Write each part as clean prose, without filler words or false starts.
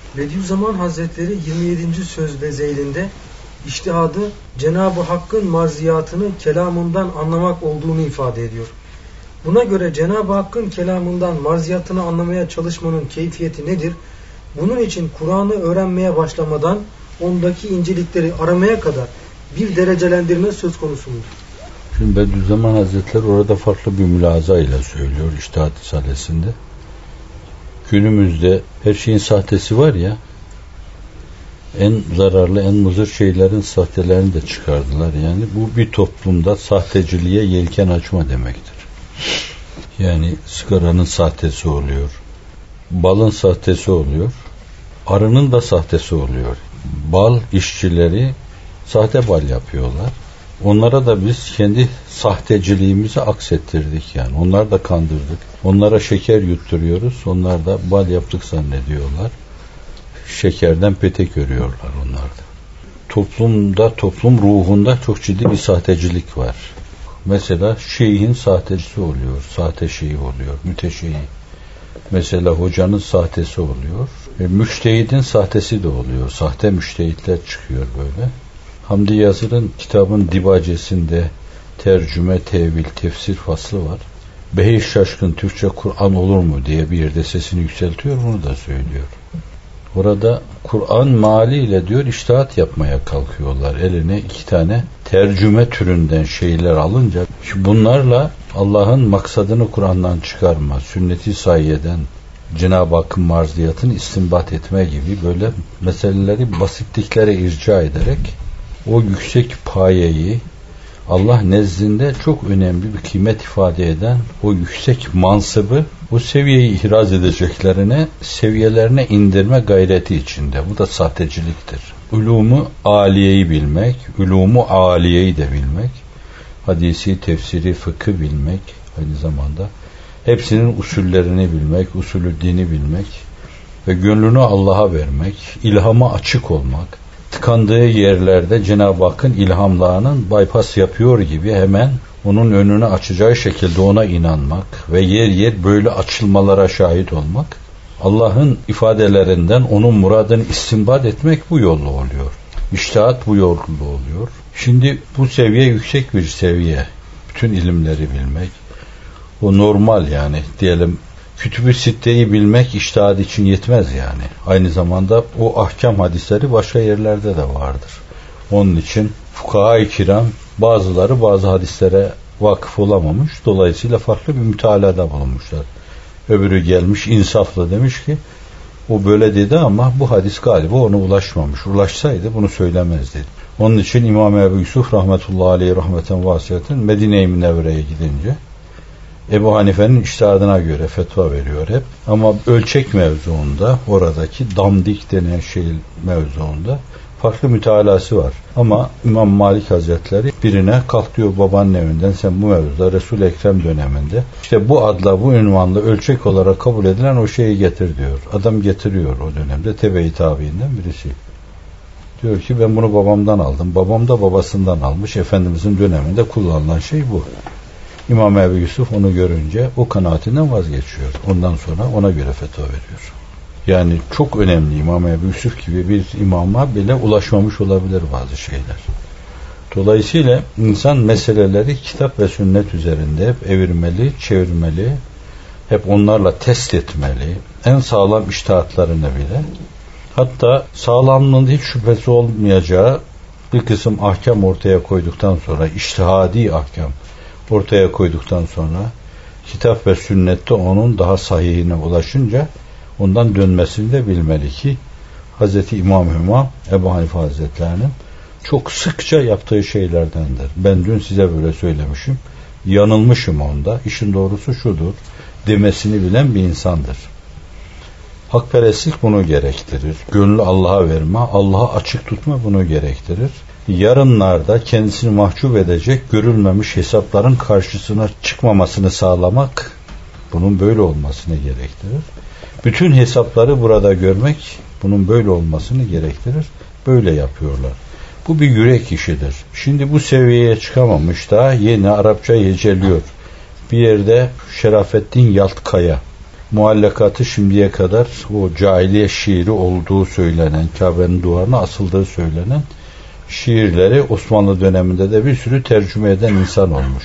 Bediüzzaman Hazretleri 27. söz ve zeylinde içtihadı Cenab-ı Hakk'ın marziyatını kelamından anlamak olduğunu ifade ediyor. Buna göre Cenab-ı Hakk'ın kelamından marziyatını anlamaya çalışmanın keyfiyeti nedir? Bunun için Kur'an'ı öğrenmeye başlamadan ondaki incelikleri aramaya kadar bir derecelendirme söz konusu mudur? Şimdi Bediüzzaman Hazretleri orada farklı bir mülahaza ile söylüyor İçtihat Risalesi'nde. Günümüzde her şeyin sahtesi var ya, en zararlı, en muzır şeylerin sahtelerini de çıkardılar. Yani bu bir toplumda sahteciliğe yelken açma demektir. Yani sigaranın sahtesi oluyor, balın sahtesi oluyor, arının da sahtesi oluyor. Bal işçileri sahte bal yapıyorlar. Onlara da biz kendi sahteciliğimizi aksettirdik yani. Onları da kandırdık. Onlara şeker yutturuyoruz. Onlar da bal yaptık zannediyorlar. Şekerden petek örüyorlar onlar da. Toplumda, toplum ruhunda çok ciddi bir sahtecilik var. Mesela şeyhin sahtesi oluyor. Sahte şeyhi oluyor. Müteşehi. Mesela hocanın sahtesi oluyor. Müştehidin sahtesi de oluyor. Sahte müştehitler çıkıyor böyle. Hamdi Yazır'ın kitabın dibacesinde tercüme, tevil, tefsir faslı var. Behiş Şaşkın Türkçe Kur'an olur mu diye bir yerde sesini yükseltiyor, bunu da söylüyor. Orada Kur'an maliyle diyor içtihat yapmaya kalkıyorlar. Eline 2 tane tercüme türünden şeyler alınca bunlarla Allah'ın maksadını Kur'an'dan çıkarma, sünnet-i sayyeden Cenab-ı Hakk'ın marziyatını istinbat etme gibi böyle meseleleri basitliklere irca ederek o yüksek payeyi Allah nezdinde çok önemli bir kıymet ifade eden o yüksek mansıbı o seviyeyi ihraz edeceklerine seviyelerine indirme gayreti içinde. Bu da sahteciliktir. Ulumu aliyeyi bilmek, ulumu aliyeyi de bilmek, hadisi, tefsiri, fıkı bilmek aynı zamanda hepsinin usullerini bilmek, usulü dini bilmek ve gönlünü Allah'a vermek, ilhama açık olmak, tıkandığı yerlerde Cenab-ı Hakk'ın ilhamlarının bypass yapıyor gibi hemen onun önünü açacağı şekilde ona inanmak ve yer yer böyle açılmalara şahit olmak, Allah'ın ifadelerinden onun muradını istinbat etmek bu yolla oluyor. İçtihat bu yolla oluyor. Şimdi bu seviye yüksek bir seviye. Bütün ilimleri bilmek. O normal yani diyelim. Kütüb-i Sitte'yi bilmek içtihat için yetmez yani. Aynı zamanda o ahkam hadisleri başka yerlerde de vardır. Onun için fukaha-i kiram bazıları bazı hadislere vakıf olamamış. Dolayısıyla farklı bir mütalada bulunmuşlar. Öbürü gelmiş insaflı demiş ki o böyle dedi ama bu hadis galiba ona ulaşmamış. Ulaşsaydı bunu söylemez dedi. Onun için İmam Ebu Yusuf rahmetullahi aleyhi rahmeten vasiyeten Medine-i Münevvere'ye gidince Ebu Hanife'nin içtihadına göre fetva veriyor hep. Ama ölçek mevzuunda, oradaki damdik denen şey mevzuunda farklı mütalası var. Ama İmam Malik Hazretleri birine kalk diyor babanın evinden sen bu mevzuda Resul-i Ekrem döneminde işte bu adla bu ünvanla ölçek olarak kabul edilen o şeyi getir diyor. Adam getiriyor o dönemde tebe-i tabiinden birisi. Diyor ki ben bunu babamdan aldım. Babam da babasından almış. Efendimizin döneminde kullanılan şey bu. İmam Ebu Yusuf onu görünce o kanaatinden vazgeçiyor. Ondan sonra ona göre fetva veriyor. Yani çok önemli İmam Ebu Yusuf gibi bir imama bile ulaşmamış olabilir bazı şeyler. Dolayısıyla insan meseleleri kitap ve sünnet üzerinde hep evirmeli, çevirmeli, hep onlarla test etmeli. En sağlam içtihatlarını bile. Hatta sağlamlığında hiç şüphesi olmayacağı bir kısım ahkam ortaya koyduktan sonra, içtihadi ahkam ortaya koyduktan sonra kitap ve sünnette onun daha sahihine ulaşınca ondan dönmesini de bilmeli ki Hz. İmam Ebu Hanife Hazretlerinin çok sıkça yaptığı şeylerdendir. Ben dün size böyle söylemişim. Yanılmışım onda. İşin doğrusu şudur demesini bilen bir insandır. Hakperestlik bunu gerektirir. Gönlü Allah'a verme, Allah'a açık tutma bunu gerektirir. Yarınlarda kendisini mahcup edecek görülmemiş hesapların karşısına çıkmamasını sağlamak bunun böyle olmasını gerektirir. Bütün hesapları burada görmek bunun böyle olmasını gerektirir. Böyle yapıyorlar. Bu bir yürek işidir. Şimdi bu seviyeye çıkamamış da yeni Arapça heceliyor. Bir yerde Şerafettin Yaltkaya muallakatı şimdiye kadar o cahiliye şiiri olduğu söylenen, Kabe'nin duvarına asıldığı söylenen şiirleri Osmanlı döneminde de bir sürü tercüme eden insan olmuş.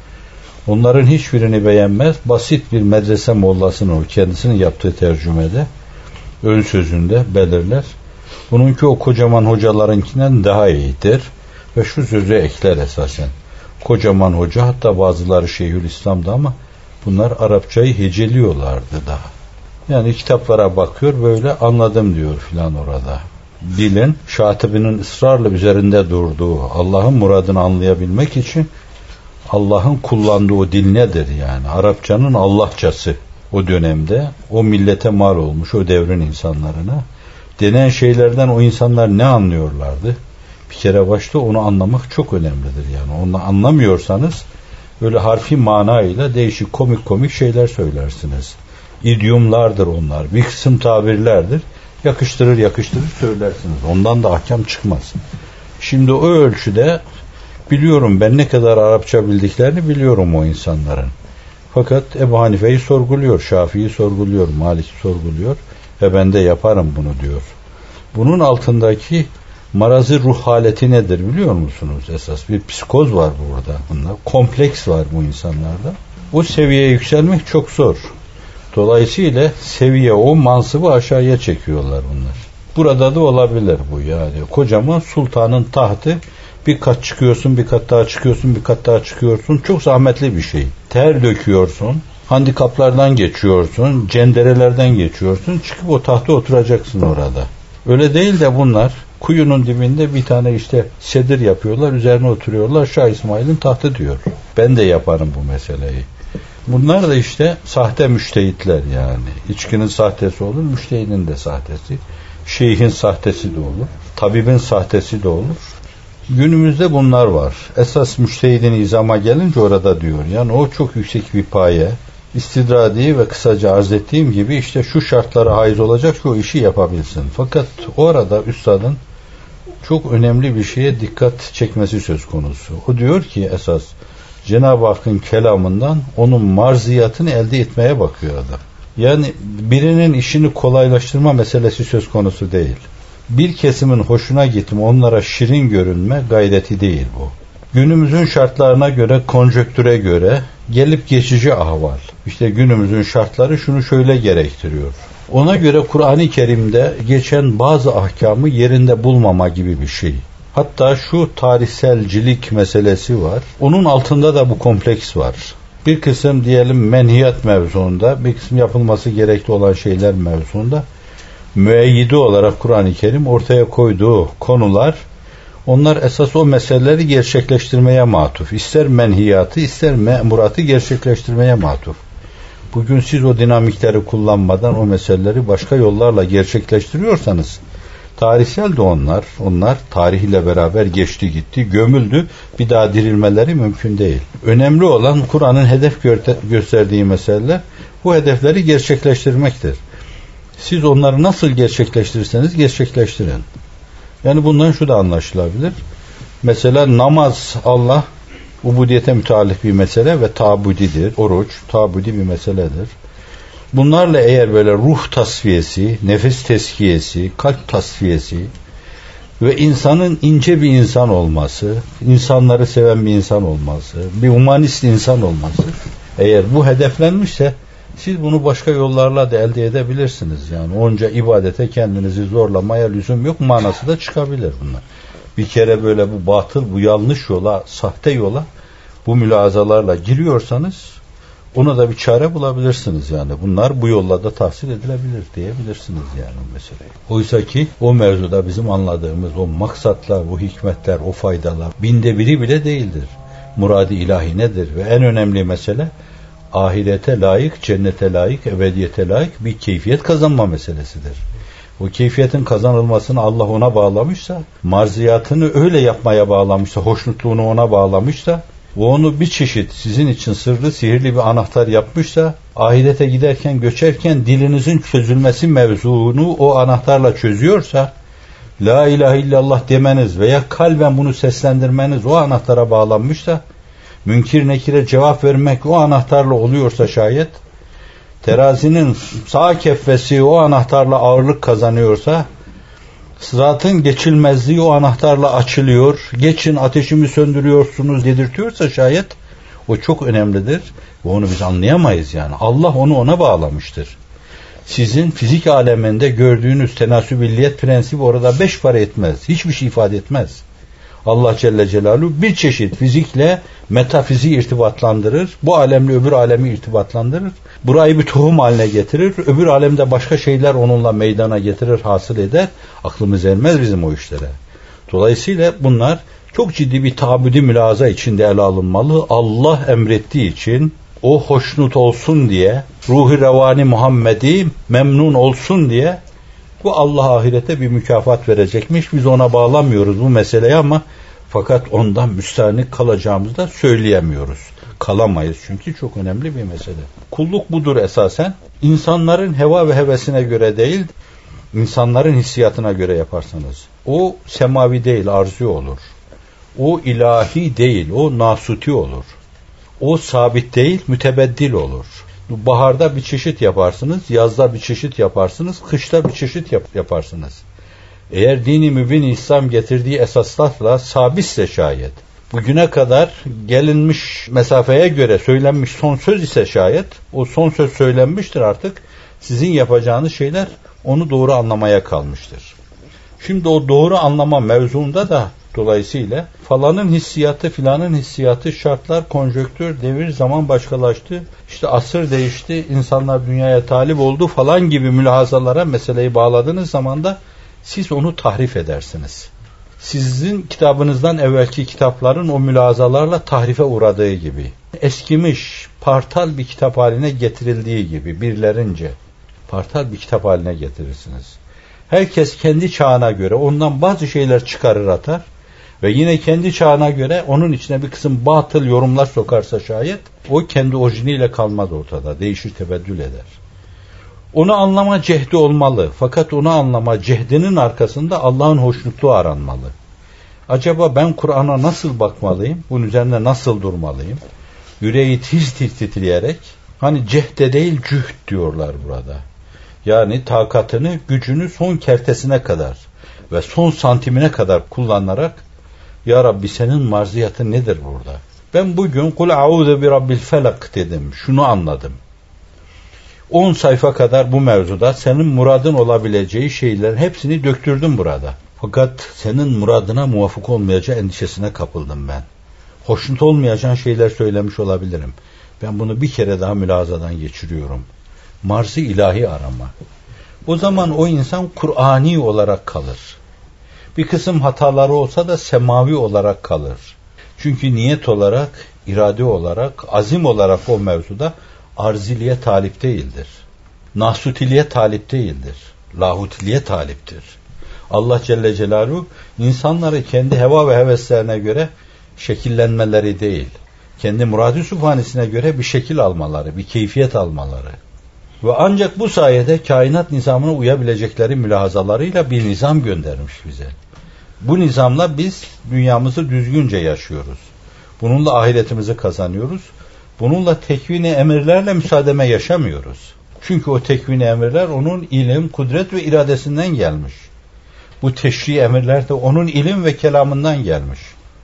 Onların hiçbirini beğenmez. Basit bir medrese mollasını o kendisinin yaptığı tercümede ön sözünde belirler. Bununki o kocaman hocalarınkinden daha iyidir. Ve şu sözü ekler esasen. Kocaman hoca, hatta bazıları Şeyhülislam'da ama bunlar Arapçayı heceliyorlardı daha. Yani kitaplara bakıyor, böyle anladım diyor filan orada. Dilin, Şatibi'nin ısrarla üzerinde durduğu, Allah'ın muradını anlayabilmek için Allah'ın kullandığı o dil nedir yani? Arapçanın Allahçası o dönemde, o millete mal olmuş, o devrin insanlarına. Denen şeylerden o insanlar ne anlıyorlardı? Bir kere başta onu anlamak çok önemlidir yani. Onu anlamıyorsanız öyle harfi manayla değişik komik şeyler söylersiniz. İdiomlardır onlar. Bir kısım tabirlerdir. Yakıştırır söylersiniz. Ondan da ahkam çıkmaz. Şimdi o ölçüde biliyorum ben ne kadar Arapça bildiklerini biliyorum o insanların. Fakat Ebu Hanife'yi sorguluyor, Şafii'yi sorguluyor, Malik'i sorguluyor ve ben de yaparım bunu diyor. Bunun altındaki marazı ruh haleti nedir biliyor musunuz? Esas bir psikoz var burada. Bunlar. Kompleks var bu insanlarda. O seviyeye yükselmek çok zor. Dolayısıyla seviye, o mansıbı aşağıya çekiyorlar bunlar. Burada da olabilir bu yani. Kocaman sultanın tahtı, bir kat çıkıyorsun, bir kat daha çıkıyorsun, bir kat daha çıkıyorsun. Çok zahmetli bir şey. Ter döküyorsun, handikaplardan geçiyorsun, cenderelerden geçiyorsun. Çıkıp o tahta oturacaksın orada. Öyle değil de bunlar kuyunun dibinde bir tane işte sedir yapıyorlar, üzerine oturuyorlar. Şah İsmail'in tahtı diyor. Ben de yaparım bu meseleyi. Bunlar da işte sahte müştehitler yani. İçkinin sahtesi olur, müştehidin de sahtesi. Şeyhin sahtesi de olur, tabibin sahtesi de olur. Günümüzde bunlar var. Esas müştehidin izama gelince orada diyor. Yani o çok yüksek bir paye. İstidradi ve kısaca arz ettiğim gibi işte şu şartlara haiz olacak ki o işi yapabilsin. Fakat orada üstadın çok önemli bir şeye dikkat çekmesi söz konusu. O diyor ki esas Cenab-ı Hakk'ın kelamından onun marziyatını elde etmeye bakıyor adam. Yani birinin işini kolaylaştırma meselesi söz konusu değil. Bir kesimin hoşuna gitme, onlara şirin görünme gayreti değil bu. Günümüzün şartlarına göre, konjonktüre göre gelip geçici ahval. İşte günümüzün şartları şunu şöyle gerektiriyor. Ona göre Kur'an-ı Kerim'de geçen bazı ahkamı yerinde bulmama gibi bir şey. Hatta şu tarihselcilik meselesi var. Onun altında da bu kompleks var. Bir kısım diyelim menhiyat mevzuunda, bir kısım yapılması gerekli olan şeyler mevzuunda müeyyidi olarak Kur'an-ı Kerim ortaya koyduğu konular, onlar esas o meseleleri gerçekleştirmeye matuf. İster menhiyatı, ister memuratı gerçekleştirmeye matuf. Bugün siz o dinamikleri kullanmadan o meseleleri başka yollarla gerçekleştiriyorsanız, tarihsel de onlar tarihle beraber geçti gitti, gömüldü, bir daha dirilmeleri mümkün değil. Önemli olan Kur'an'ın hedef gösterdiği meseleler, bu hedefleri gerçekleştirmektir. Siz onları nasıl gerçekleştirirseniz gerçekleştirin. Yani bundan şu da anlaşılabilir. Mesela namaz, Allah ubudiyete müteallik bir mesele ve tabudidir. Oruç tabudi bir meseledir. Bunlarla eğer böyle ruh tasfiyesi, nefes teskiyesi, kalp tasfiyesi ve insanın ince bir insan olması, insanları seven bir insan olması, bir humanist insan olması, eğer bu hedeflenmişse siz bunu başka yollarla da elde edebilirsiniz. Yani onca ibadete kendinizi zorlamaya lüzum yok, manası da çıkabilir bunlar. Bir kere böyle bu batıl, bu yanlış yola, sahte yola bu mülazalarla giriyorsanız ona da bir çare bulabilirsiniz yani. Bunlar bu yolla da tahsil edilebilir diyebilirsiniz yani o meseleyi. Oysa ki o mevzuda bizim anladığımız o maksatlar, o hikmetler, o faydalar binde biri bile değildir. Murad-ı ilahi nedir? Ve en önemli mesele ahirete layık, cennete layık, ebediyete layık bir keyfiyet kazanma meselesidir. O keyfiyetin kazanılmasını Allah ona bağlamışsa, marziyatını öyle yapmaya bağlamışsa, hoşnutluğunu ona bağlamışsa, onu bir çeşit sizin için sırrı, sihirli bir anahtar yapmışsa, ahirete giderken, göçerken dilinizin çözülmesi mevzunu o anahtarla çözüyorsa, la ilahe illallah demeniz veya kalben bunu seslendirmeniz o anahtara bağlanmışsa, münkir nekire cevap vermek o anahtarla oluyorsa şayet, terazinin sağ keffesi o anahtarla ağırlık kazanıyorsa, sıratın geçilmezliği o anahtarla açılıyor, geçin ateşimi söndürüyorsunuz dedirtiyorsa şayet, o çok önemlidir ve onu biz anlayamayız yani. Allah onu ona bağlamıştır. Sizin fizik aleminde gördüğünüz tenasübilliyet prensibi orada 5 para etmez. Hiçbir şey ifade etmez. Allah Celle Celaluhu bir çeşit fizikle metafiziği irtibatlandırır. Bu alemle öbür alemi irtibatlandırır. Burayı bir tohum haline getirir. Öbür alemde başka şeyler onunla meydana getirir, hasıl eder. Aklımız ermez bizim o işlere. Dolayısıyla bunlar çok ciddi bir tabudi mülahaza içinde ele alınmalı. Allah emrettiği için, o hoşnut olsun diye, ruh-i revani Muhammed'i memnun olsun diye, bu Allah ahirete bir mükafat verecekmiş. Biz ona bağlamıyoruz bu meseleyi ama fakat ondan müstahnik kalacağımızı da söyleyemiyoruz. Kalamayız çünkü çok önemli bir mesele. Kulluk budur esasen. İnsanların heva ve hevesine göre değil, insanların hissiyatına göre yaparsanız. O semavi değil, arzi olur. O ilahi değil, o nasuti olur. O sabit değil, mütebeddil olur. Baharda bir çeşit yaparsınız, yazda bir çeşit yaparsınız, kışta bir çeşit yaparsınız. Eğer dini mübin İslam getirdiği esaslarla sabitse şayet, bugüne kadar gelinmiş mesafeye göre söylenmiş son söz ise şayet, o son söz söylenmiştir artık, sizin yapacağınız şeyler onu doğru anlamaya kalmıştır. Şimdi o doğru anlama mevzuunda da dolayısıyla falanın hissiyatı, filanın hissiyatı, şartlar, konjonktür, devir, zaman başkalaştı, işte asır değişti, insanlar dünyaya talip oldu falan gibi mülahazalara meseleyi bağladığınız zaman da siz onu tahrif edersiniz. Sizin kitabınızdan evvelki kitapların o mülahazalarla tahrife uğradığı gibi, eskimiş, partal bir kitap haline getirildiği gibi birilerince partal bir kitap haline getirirsiniz. Herkes kendi çağına göre ondan bazı şeyler çıkarır atar ve yine kendi çağına göre onun içine bir kısım batıl yorumlar sokarsa şayet, o kendi orijiniyle kalmaz ortada, değişir, tebeddül eder. Onu anlama cehdi olmalı. Fakat onu anlama cehdinin arkasında Allah'ın hoşnutluğu aranmalı. Acaba ben Kur'an'a nasıl bakmalıyım? Bunun üzerine nasıl durmalıyım? Yüreği tiz titreyerek, hani cehde değil cühd diyorlar burada. Yani takatını, gücünü son kertesine kadar ve son santimine kadar kullanarak, Ya Rabbi senin marziyatın nedir burada? Ben bugün kul a'udhu bi rabbil felak dedim. Şunu anladım. 10 sayfa kadar bu mevzuda senin muradın olabileceği şeylerin hepsini döktürdüm burada. Fakat senin muradına muvafık olmayacağı endişesine kapıldım ben. Hoşnut olmayacağın şeyler söylemiş olabilirim. Ben bunu bir kere daha mülahazadan geçiriyorum. Marz-ı ilahi arama. O zaman o insan Kur'ani olarak kalır. Bir kısım hataları olsa da semavi olarak kalır. Çünkü niyet olarak, irade olarak, azim olarak o mevzuda arziliğe talip değildir. Nasutiliğe talip değildir. Lahutiliğe taliptir. Allah Celle Celaluhu insanları kendi heva ve heveslerine göre şekillenmeleri değil, kendi murad-ı sübhanesine göre bir şekil almaları, bir keyfiyet almaları. Ve ancak bu sayede kainat nizamına uyabilecekleri mülahazalarıyla bir nizam göndermiş bize. Bu nizamla biz dünyamızı düzgünce yaşıyoruz. Bununla ahiretimizi kazanıyoruz. Bununla tekvini emirlerle müsaademe yaşamıyoruz. Çünkü o tekvini emirler onun ilim, kudret ve iradesinden gelmiş. Bu teşri emirler de onun ilim ve kelamından gelmiş.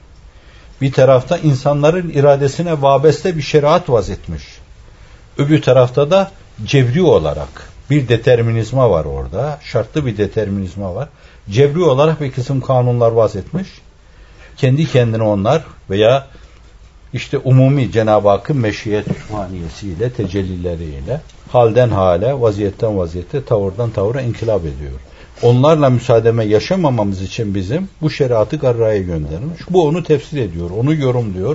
Bir tarafta insanların iradesine vabeste bir şeriat vaz etmiş. Öbür tarafta da cebri olarak bir determinizma var orada. Şartlı bir determinizma var. Cebri olarak bir kısım kanunlar vaz etmiş. Kendi kendine onlar veya işte umumi Cenab-ı Hakk'ın meşiyet-i sübhaniyesiyle, tecellileriyle halden hale, vaziyetten vaziyete, tavırdan tavıra inkılap ediyor. Onlarla müsaademe yaşamamamız için bizim bu şeriatı garraya göndermiş. Bu onu tefsir ediyor, onu yorumluyor.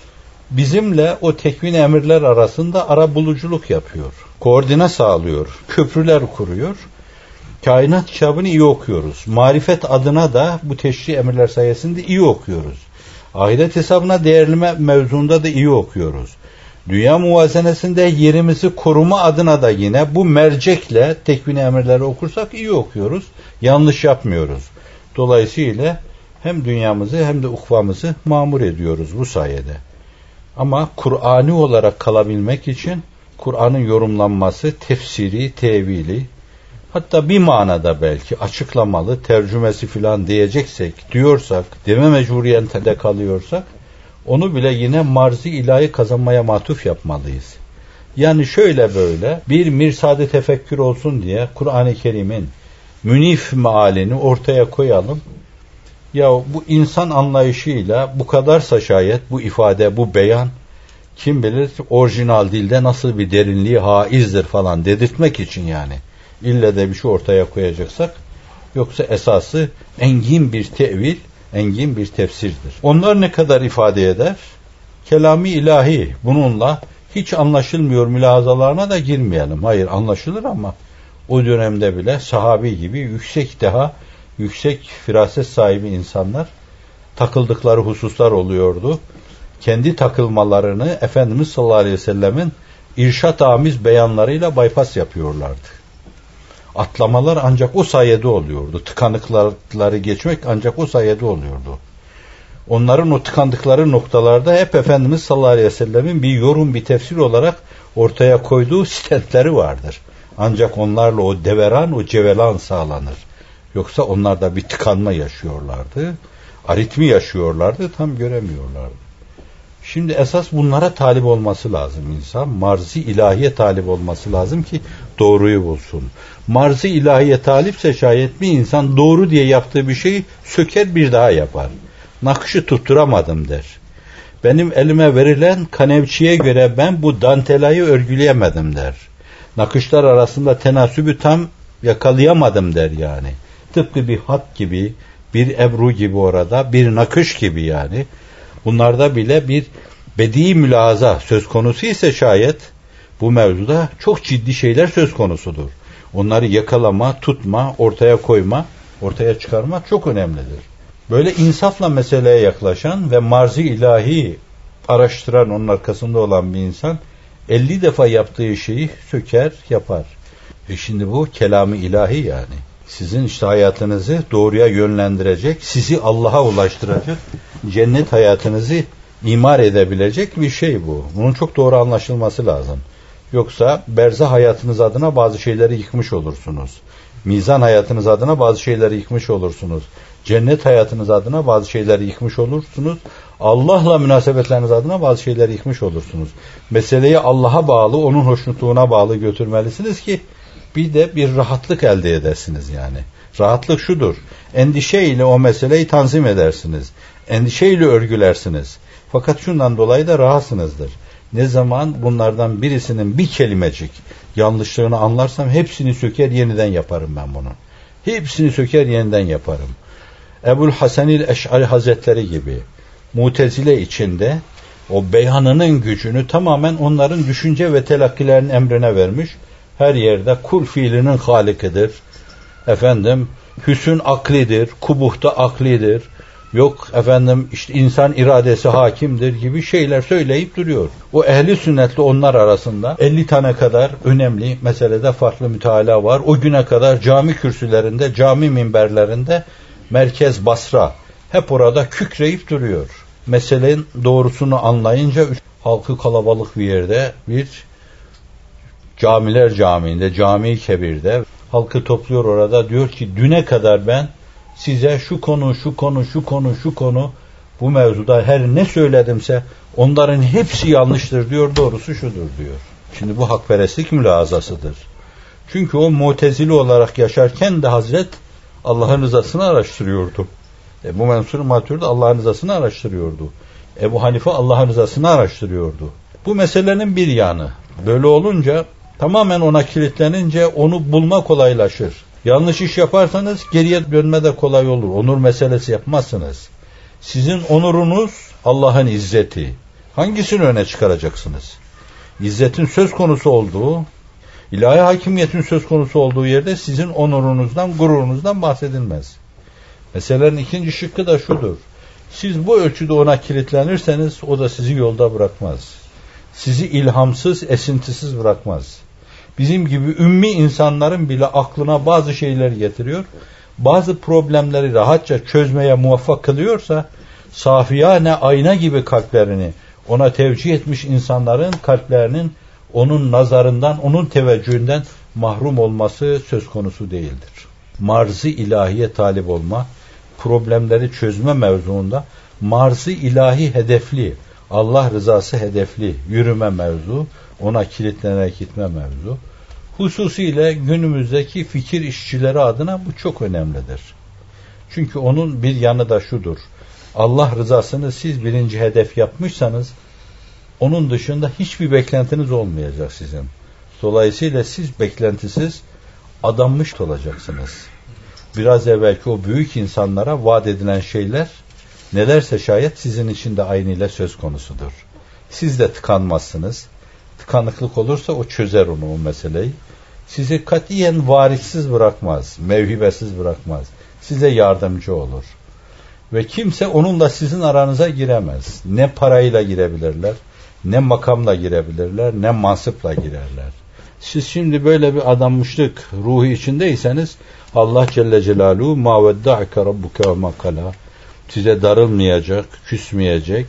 Bizimle o tekvin emirler arasında arabuluculuk yapıyor. Koordine sağlıyor, köprüler kuruyor. Kainat kitabını iyi okuyoruz. Marifet adına da bu teşri emirler sayesinde iyi okuyoruz. Ahiret hesabına değerleme mevzunda da iyi okuyoruz. Dünya muvazenesinde yerimizi koruma adına da yine bu mercekle tekvin emirleri okursak iyi okuyoruz. Yanlış yapmıyoruz. Dolayısıyla hem dünyamızı hem de ukvamızı mamur ediyoruz bu sayede. Ama Kur'ani olarak kalabilmek için Kur'an'ın yorumlanması, tefsiri, tevili, hatta bir manada belki açıklamalı, tercümesi filan diyorsak, deme mecburiyetinde kalıyorsak, onu bile yine marz-ı ilahi kazanmaya matuf yapmalıyız. Yani şöyle böyle bir mirsad-ı tefekkür olsun diye Kur'an-ı Kerim'in münif mealini ortaya koyalım. Ya bu insan anlayışıyla bu kadarsa şayet bu ifade, bu beyan, kim bilir orijinal dilde nasıl bir derinliği haizdir falan dedirtmek için yani. İlle de bir şey ortaya koyacaksak, yoksa esası engin bir tevil, engin bir tefsirdir. Onlar ne kadar ifade eder? Kelam-ı ilahi bununla hiç anlaşılmıyor mülahazalarına da girmeyelim. Hayır, anlaşılır ama o dönemde bile sahabi gibi yüksek firaset sahibi insanlar takıldıkları hususlar oluyordu. Kendi takılmalarını Efendimiz sallallahu aleyhi ve sellemin irşad-amiz beyanlarıyla bypass yapıyorlardı. Atlamalar ancak o sayede oluyordu. Tıkanıkları geçmek ancak o sayede oluyordu. Onların o tıkandıkları noktalarda hep Efendimiz sallallahu aleyhi ve sellemin bir yorum, bir tefsir olarak ortaya koyduğu stentleri vardır. Ancak onlarla o deveran, o cevelan sağlanır. Yoksa onlar da bir tıkanma yaşıyorlardı. Aritmi yaşıyorlardı, tam göremiyorlardı. Şimdi esas bunlara talip olması lazım insan. Marz-ı ilahiye talip olması lazım ki doğruyu bulsun. Marz-ı ilahiye talipse şayet bir insan doğru diye yaptığı bir şeyi söker bir daha yapar. Nakışı tutturamadım der. Benim elime verilen kanevçiye göre ben bu dantelayı örgüleyemedim der. Nakışlar arasında tenasübü tam yakalayamadım der yani. Tıpkı bir hat gibi, bir ebru gibi orada, bir nakış gibi yani. Bunlarda bile bir bedi mülahaza söz konusu ise şayet bu mevzuda çok ciddi şeyler söz konusudur. Onları yakalama, tutma, ortaya koyma, ortaya çıkarma çok önemlidir. Böyle insafla meseleye yaklaşan ve marz-ı ilahi araştıran, onun arkasında olan bir insan 50 defa yaptığı şeyi söker, yapar. Şimdi bu kelam-ı ilahi yani. Sizin işte hayatınızı doğruya yönlendirecek, sizi Allah'a ulaştıracak, cennet hayatınızı imar edebilecek bir şey bu. Bunun çok doğru anlaşılması lazım. Yoksa berzah hayatınız adına bazı şeyleri yıkmış olursunuz. Mizan hayatınız adına bazı şeyleri yıkmış olursunuz. Cennet hayatınız adına bazı şeyleri yıkmış olursunuz. Allah'la münasebetleriniz adına bazı şeyleri yıkmış olursunuz. Meseleyi Allah'a bağlı, onun hoşnutluğuna bağlı götürmelisiniz ki bir de bir rahatlık elde edersiniz yani. Rahatlık şudur: endişeyle o meseleyi tanzim edersiniz. Endişeyle örgülersiniz. Fakat şundan dolayı da rahatsınızdır. Ne zaman bunlardan birisinin bir kelimecik yanlışlığını anlarsam hepsini söker yeniden yaparım ben bunu. Hepsini söker yeniden yaparım. Ebu'l Hasanil Eş'ari Hazretleri gibi Mutezile içinde o beyanının gücünü tamamen onların düşünce ve telakkilerinin emrine vermiş. Her yerde kul fiilinin halikidir. Hüsn aklidir, kubuhta aklidir. Yok işte insan iradesi hakimdir gibi şeyler söyleyip duruyor. O ehli sünnetle onlar arasında 50 tane kadar önemli meselede farklı müteala var. O güne kadar cami kürsülerinde, cami minberlerinde merkez Basra hep orada kükreyip duruyor. Meselenin doğrusunu anlayınca halkı kalabalık bir yerde, bir camiler camiinde, cami-i kebirde halkı topluyor orada, diyor ki düne kadar ben size şu konu bu mevzuda her ne söyledimse onların hepsi yanlıştır diyor, doğrusu şudur diyor. Şimdi bu hakperestlik mülahazasıdır. Çünkü o Mu'tezili olarak yaşarken de Hazret Allah'ın rızasını araştırıyordu. Bu Mansur Maturidi Allah'ın rızasını araştırıyordu. Ebu Hanife Allah'ın rızasını araştırıyordu. Bu meselenin bir yanı. Böyle olunca, tamamen ona kilitlenince onu bulma kolaylaşır. Yanlış iş yaparsanız geriye dönme de kolay olur. Onur meselesi yapmazsınız. Sizin onurunuz Allah'ın izzeti. Hangisini öne çıkaracaksınız? İzzetin söz konusu olduğu, ilahi hakimiyetin söz konusu olduğu yerde sizin onurunuzdan, gururunuzdan bahsedilmez. Meselenin ikinci şıkkı da şudur: siz bu ölçüde ona kilitlenirseniz o da sizi yolda bırakmaz. Sizi ilhamsız, esintisiz bırakmaz. Bizim gibi ümmi insanların bile aklına bazı şeyler getiriyor, bazı problemleri rahatça çözmeye muvaffak kılıyorsa, safiyane ayna gibi kalplerini ona tevcih etmiş insanların kalplerinin onun nazarından, onun teveccühünden mahrum olması söz konusu değildir. Marz-ı ilahiye talip olma, problemleri çözme mevzuunda marz-ı ilahi hedefli, Allah rızası hedefli yürüme mevzu, ona kilitlenerek gitme mevzu. Hususiyle günümüzdeki fikir işçileri adına bu çok önemlidir. Çünkü onun bir yanı da şudur. Allah rızasını siz birinci hedef yapmışsanız, onun dışında hiçbir beklentiniz olmayacak sizin. Dolayısıyla siz beklentisiz adanmış olacaksınız. Biraz evvelki o büyük insanlara vaat edilen şeyler, nelerse şayet sizin için de aynıyla söz konusudur. Siz de tıkanmazsınız. Tıkanıklık olursa o çözer onu, o meseleyi. Sizi katiyen variksiz bırakmaz, mevhibesiz bırakmaz. Size yardımcı olur. Ve kimse onunla sizin aranıza giremez. Ne parayla girebilirler, ne makamla girebilirler, ne mansıpla girerler. Siz şimdi böyle bir adanmışlık ruhu içindeyseniz, Allah Celle Celaluhu ma vedda'ike rabbuke ve ma kala, size darılmayacak, küsmeyecek,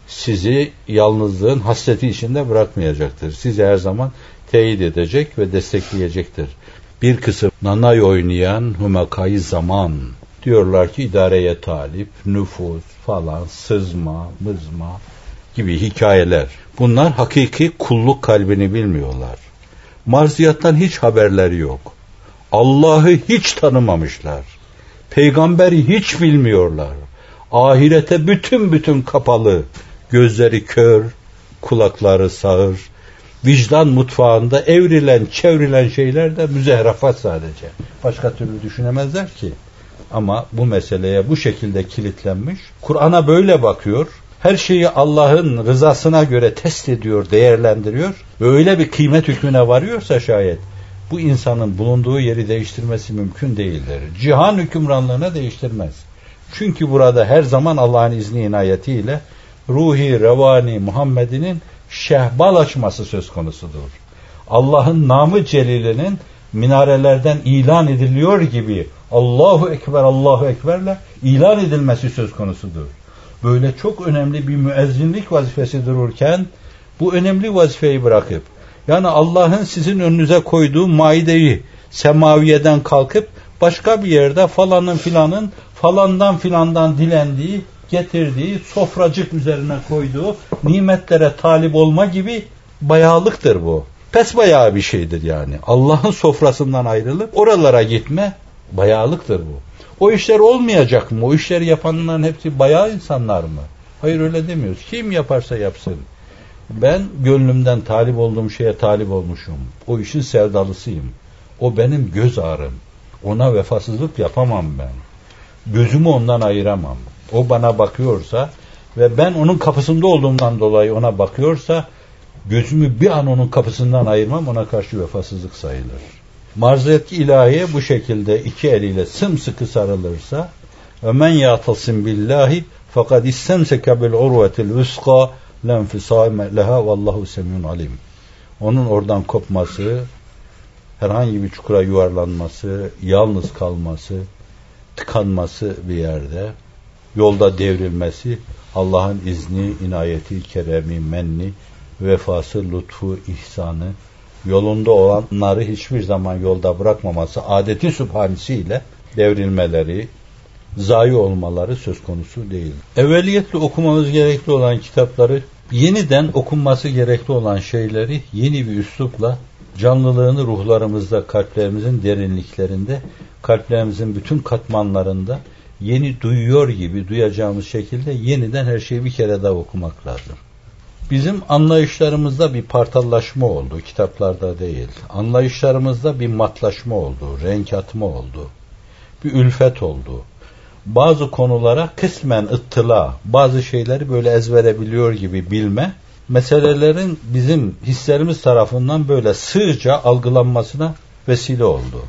sizi yalnızlığın hasreti içinde bırakmayacaktır. Sizi her zaman teyit edecek ve destekleyecektir. Bir kısım nanay oynayan hümekayı zaman diyorlar ki idareye talip, nüfuz falan, sızma, mızma gibi hikayeler. Bunlar hakiki kulluk kalbini bilmiyorlar. Marziyattan hiç haberleri yok. Allah'ı hiç tanımamışlar. Peygamberi hiç bilmiyorlar. Ahirete bütün kapalı. Gözleri kör, kulakları sağır. Vicdan mutfağında evrilen, çevrilen şeyler de müzehrafat sadece. Başka türlü düşünemezler ki. Ama bu meseleye bu şekilde kilitlenmiş. Kur'an'a böyle bakıyor. Her şeyi Allah'ın rızasına göre test ediyor, değerlendiriyor. Öyle bir kıymet hükmüne varıyorsa şayet, bu insanın bulunduğu yeri değiştirmesi mümkün değildir. Cihan hükümranlığını değiştirmez. Çünkü burada her zaman Allah'ın izni inayetiyle ruhi, revani Muhammed'inin şehbal açması söz konusudur. Allah'ın namı celilinin minarelerden ilan ediliyor gibi Allahu Ekber'le ilan edilmesi söz konusudur. Böyle çok önemli bir müezzinlik vazifesi dururken bu önemli vazifeyi bırakıp, yani Allah'ın sizin önünüze koyduğu maideyi semaviyeden kalkıp başka bir yerde falanın filanın falandan filandan dilendiği, getirdiği, sofracık üzerine koyduğu nimetlere talip olma gibi bayağılıktır bu. Pes bayağı bir şeydir yani. Allah'ın sofrasından ayrılıp oralara gitme bayağılıktır bu. O işler olmayacak mı? O işleri yapanların hepsi bayağı insanlar mı? Hayır, öyle demiyoruz. Kim yaparsa yapsın. Ben gönlümden talip olduğum şeye talip olmuşum. O işin sevdalısıyım. O benim göz ağrım. Ona vefasızlık yapamam ben. Gözümü ondan ayıramam. O bana bakıyorsa ve ben onun kapısında olduğumdan dolayı ona bakıyorsa, gözümü bir an onun kapısından ayırmam, ona karşı vefasızlık sayılır. Marziyet ilahiye bu şekilde iki eliyle sımsıkı sarılırsa, وَمَنْ يَعْتَصِمْ بِاللّٰهِ فَقَدْ اِسْتَمْسَكَ بِالْعُرْوَةِ الْوُسْقَى لَنْفِصَامَ لَهَا وَاللّٰهُ سَمِيعٌ عَلِيمٌ. Onun oradan kopması, herhangi bir çukura yuvarlanması, yalnız kalması, tıkanması bir yerde, yolda devrilmesi, Allah'ın izni, inayeti, keremi, menni, vefası, lütfu, ihsanı, yolunda olanları hiçbir zaman yolda bırakmaması, adeti sübhanesiyle devrilmeleri, zayi olmaları söz konusu değil. Evveliyetle okumamız gerekli olan kitapları, yeniden okunması gerekli olan şeyleri yeni bir üslupla, canlılığını ruhlarımızda, kalplerimizin derinliklerinde, kalplerimizin bütün katmanlarında yeni duyuyor gibi duyacağımız şekilde yeniden her şeyi bir kere daha okumak lazım. Bizim anlayışlarımızda bir partallaşma oldu, kitaplarda değil. Anlayışlarımızda bir matlaşma oldu, renk atma oldu, bir ülfet oldu. Bazı konulara kısmen ıttıla, bazı şeyleri böyle ezbere biliyor gibi bilme, meselelerin bizim hislerimiz tarafından böyle sığca algılanmasına vesile oldu.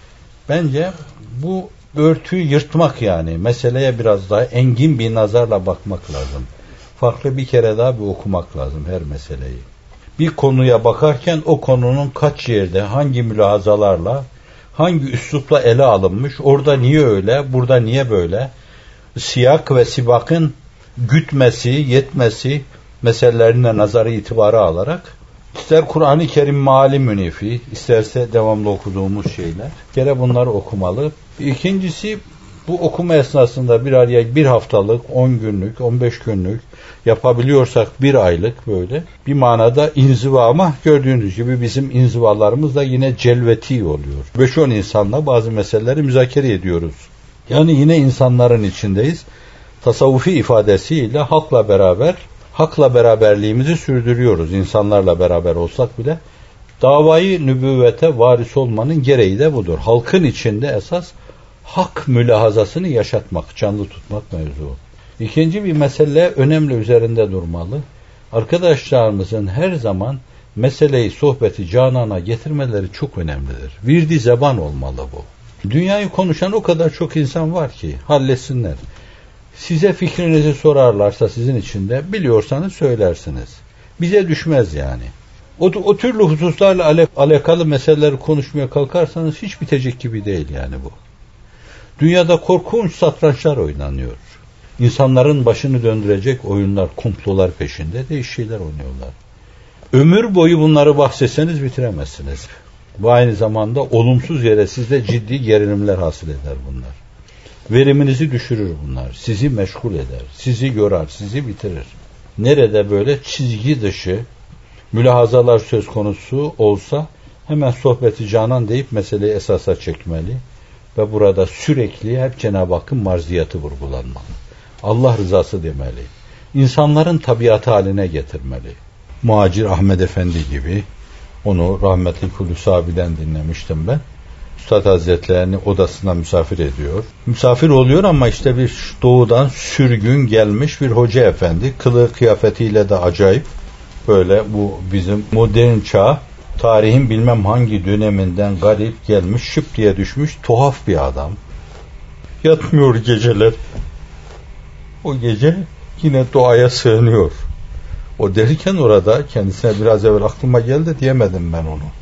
Bence bu örtüyü yırtmak, yani meseleye biraz daha engin bir nazarla bakmak lazım. Farklı bir kere daha bir okumak lazım her meseleyi. Bir konuya bakarken o konunun kaç yerde, hangi mülahazalarla, hangi üslupla ele alınmış, orada niye öyle, burada niye böyle, siyak ve sibakın gütmesi, yetmesi meselelerine nazarı itibarı alarak İster Kur'an-ı Kerim mali münefi, isterse devamlı okuduğumuz şeyler. Bir kere bunları okumalı. İkincisi, bu okuma esnasında bir araya bir haftalık, 10 günlük, 15 günlük, yapabiliyorsak bir aylık böyle bir manada inziva, ama gördüğünüz gibi bizim inzivalarımız da yine celveti oluyor. 5-10 insanla bazı meseleleri müzakere ediyoruz. Yani yine insanların içindeyiz. Tasavvufi ifadesiyle hakla beraberliğimizi sürdürüyoruz. İnsanlarla beraber olsak bile davayı nübüvvete varis olmanın gereği de budur. Halkın içinde esas hak mülahazasını yaşatmak, canlı tutmak mevzu. İkinci bir mesele önemli, üzerinde durmalı. Arkadaşlarımızın her zaman meseleyi, sohbeti canana getirmeleri çok önemlidir. Virdi zeban olmalı bu. Dünyayı konuşan o kadar çok insan var ki halletsinler. Size fikrinizi sorarlarsa sizin için de biliyorsanız söylersiniz. Bize düşmez yani. O türlü hususlarla alakalı meseleleri konuşmaya kalkarsanız hiç bitecek gibi değil yani bu. Dünyada korkunç satrançlar oynanıyor. İnsanların başını döndürecek oyunlar, komplolar peşinde değişik şeyler oynuyorlar. Ömür boyu bunları bahsetseniz bitiremezsiniz. Bu aynı zamanda olumsuz yere sizde ciddi gerilimler hasıl eder bunlar. Veriminizi düşürür bunlar. Sizi meşgul eder, sizi yorar, sizi bitirir. Nerede böyle çizgi dışı mülahazalar söz konusu olsa hemen sohbeti canan deyip meseleyi esasa çekmeli ve burada sürekli hep Cenab-ı Hakk'ın marziyatı vurgulanmalı. Allah rızası demeli. İnsanların tabiatı haline getirmeli. Muhacir Ahmed Efendi gibi, onu rahmetli Hulusi abiden dinlemiştim ben. Üstad Hazretlerini odasına misafir ediyor. Misafir oluyor ama işte bir doğudan sürgün gelmiş bir hoca efendi. Kılığı kıyafetiyle de acayip. Böyle bu bizim modern çağ, tarihin bilmem hangi döneminden garip gelmiş, şıp diye düşmüş tuhaf bir adam. Yatmıyor geceler. O gece yine duaya sığınıyor. O derken orada kendisine biraz evvel aklıma geldi, diyemedim ben onu.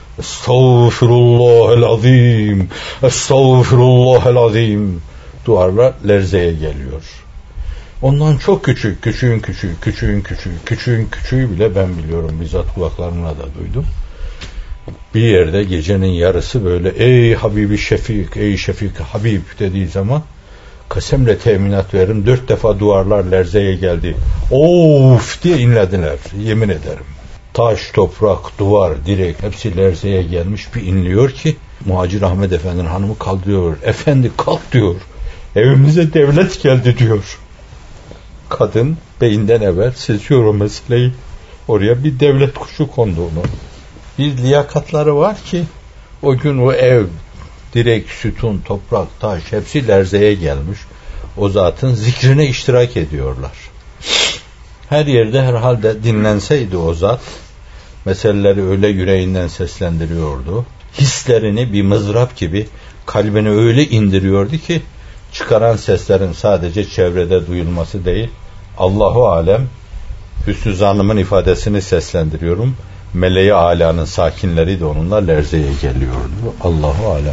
Estağfirullahel-azim, estağfirullahel-azim duvarlar lerzeye geliyor. Ondan çok küçüğün küçüğü bile ben biliyorum, bizzat kulaklarımla da duydum. Bir yerde gecenin yarısı böyle ey Habibi Şefik, ey Şefik Habib dediği zaman kasemle teminat veririm 4 defa duvarlar lerzeye geldi. Of diye inlediler, yemin ederim. Taş, toprak, duvar, direk hepsi lerzeye gelmiş, bir inliyor ki Muhacir Ahmed Efendi'nin hanımı kaldırıyor. Efendi kalk diyor. Evimize devlet geldi diyor. Kadın beyinden evvel seziyor o meseleyi. Oraya bir devlet kuşu konduğunu. Bir liyakatları var ki o gün o ev, direk, sütun, toprak, taş hepsi lerzeye gelmiş. O zatın zikrine iştirak ediyorlar. Her yerde herhalde dinlenseydi o zat, meseleleri öyle yüreğinden seslendiriyordu. Hislerini bir mızrap gibi kalbine öyle indiriyordu ki çıkaran seslerin sadece çevrede duyulması değil, Allahu alem, Hüsnü Zannım'ın ifadesini seslendiriyorum. Meleği âlânın sakinleri de onunla lerzeye geliyordu. Allahu alem.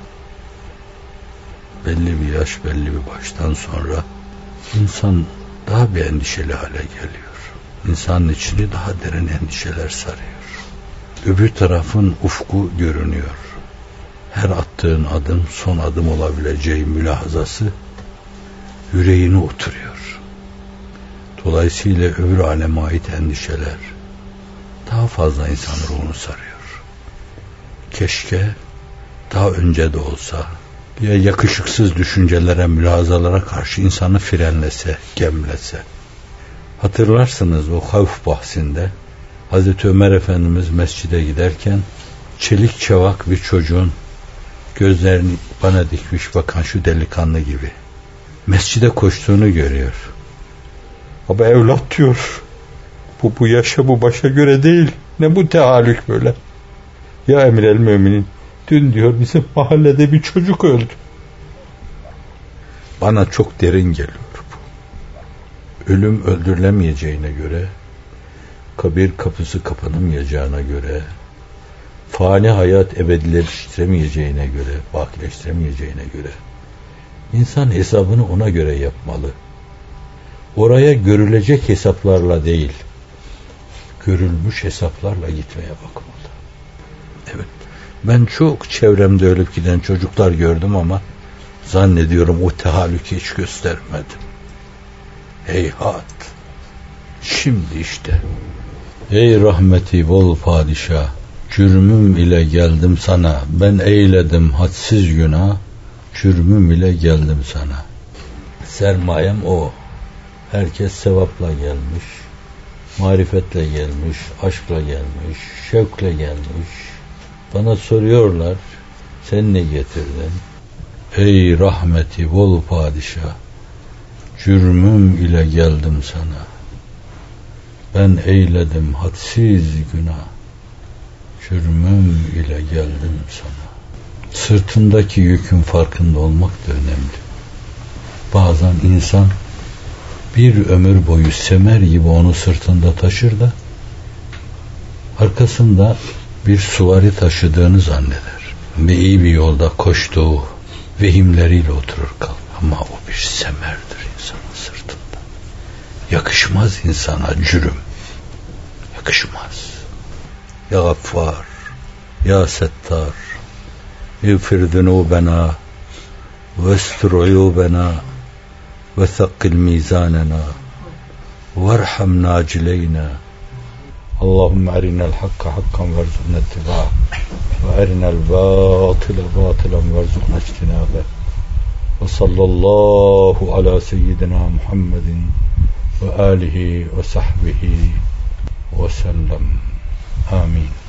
Belli bir yaş, belli bir baştan sonra insan daha bir endişeli hale geliyor. İnsanın içini daha derin endişeler sarıyor. Öbür tarafın ufku görünüyor. Her attığın adım son adım olabileceği mülahazası yüreğine oturuyor. Dolayısıyla öbür aleme ait endişeler daha fazla insan ruhunu sarıyor. Keşke daha önce de olsa ya yakışıksız düşüncelere, mülahazalara karşı insanı frenlese, gemlese. Hatırlarsınız o havf bahsinde Hazreti Ömer Efendimiz mescide giderken çelik çavak bir çocuğun gözlerini bana dikmiş, bakan şu delikanlı gibi mescide koştuğunu görüyor. Ama evlat diyor, bu yaşa, bu başa göre değil, ne bu teallük böyle. Ya emir el müminin, dün diyor bizim mahallede bir çocuk öldü. Bana çok derin geliyor bu. Ölüm öldürülemeyeceğine göre, kabir kapısı kapanamayacağına göre, fani hayat ebedileştiremeyeceğine göre, bakileştiremeyeceğine göre insan hesabını ona göre yapmalı. Oraya görülecek hesaplarla değil, görülmüş hesaplarla gitmeye bakmalı. Evet, ben çok çevremde ölüp giden çocuklar gördüm ama zannediyorum o tehallükü hiç göstermedim. Heyhat. Şimdi işte. Ey rahmeti bol padişah, cürmüm ile geldim sana, ben eyledim hadsiz günah, cürmüm ile geldim sana. Sermayem o. Herkes sevapla gelmiş, marifetle gelmiş, aşkla gelmiş, şevkle gelmiş. Bana soruyorlar, sen ne getirdin? Ey rahmeti bol padişah, cürmüm ile geldim sana. Ben eyledim hadsiz günah, cürmüm ile geldim sana. Sırtındaki yükün farkında olmak da önemli. Bazen insan bir ömür boyu semer gibi onu sırtında taşır da arkasında bir suvari taşıdığını zanneder. Ve iyi bir yolda koştuğu vehimleriyle oturur kalır. Ama o bir semerdir insanın sırtında. Yakışmaz insana cürüm. Yakışmaz. Ya Gaffar, Ya Settar, İğfir zunubena vestur uyubena ve thakkil mizanena varham nacileyna. Allahümme arinel hakka hakkan verzukna ittiba ve arinel batile batilen verzukna ictinabe. Ve sallallahu ala seyyidina Muhammedin ve alihi ve sahbihi ve sellem. Amin.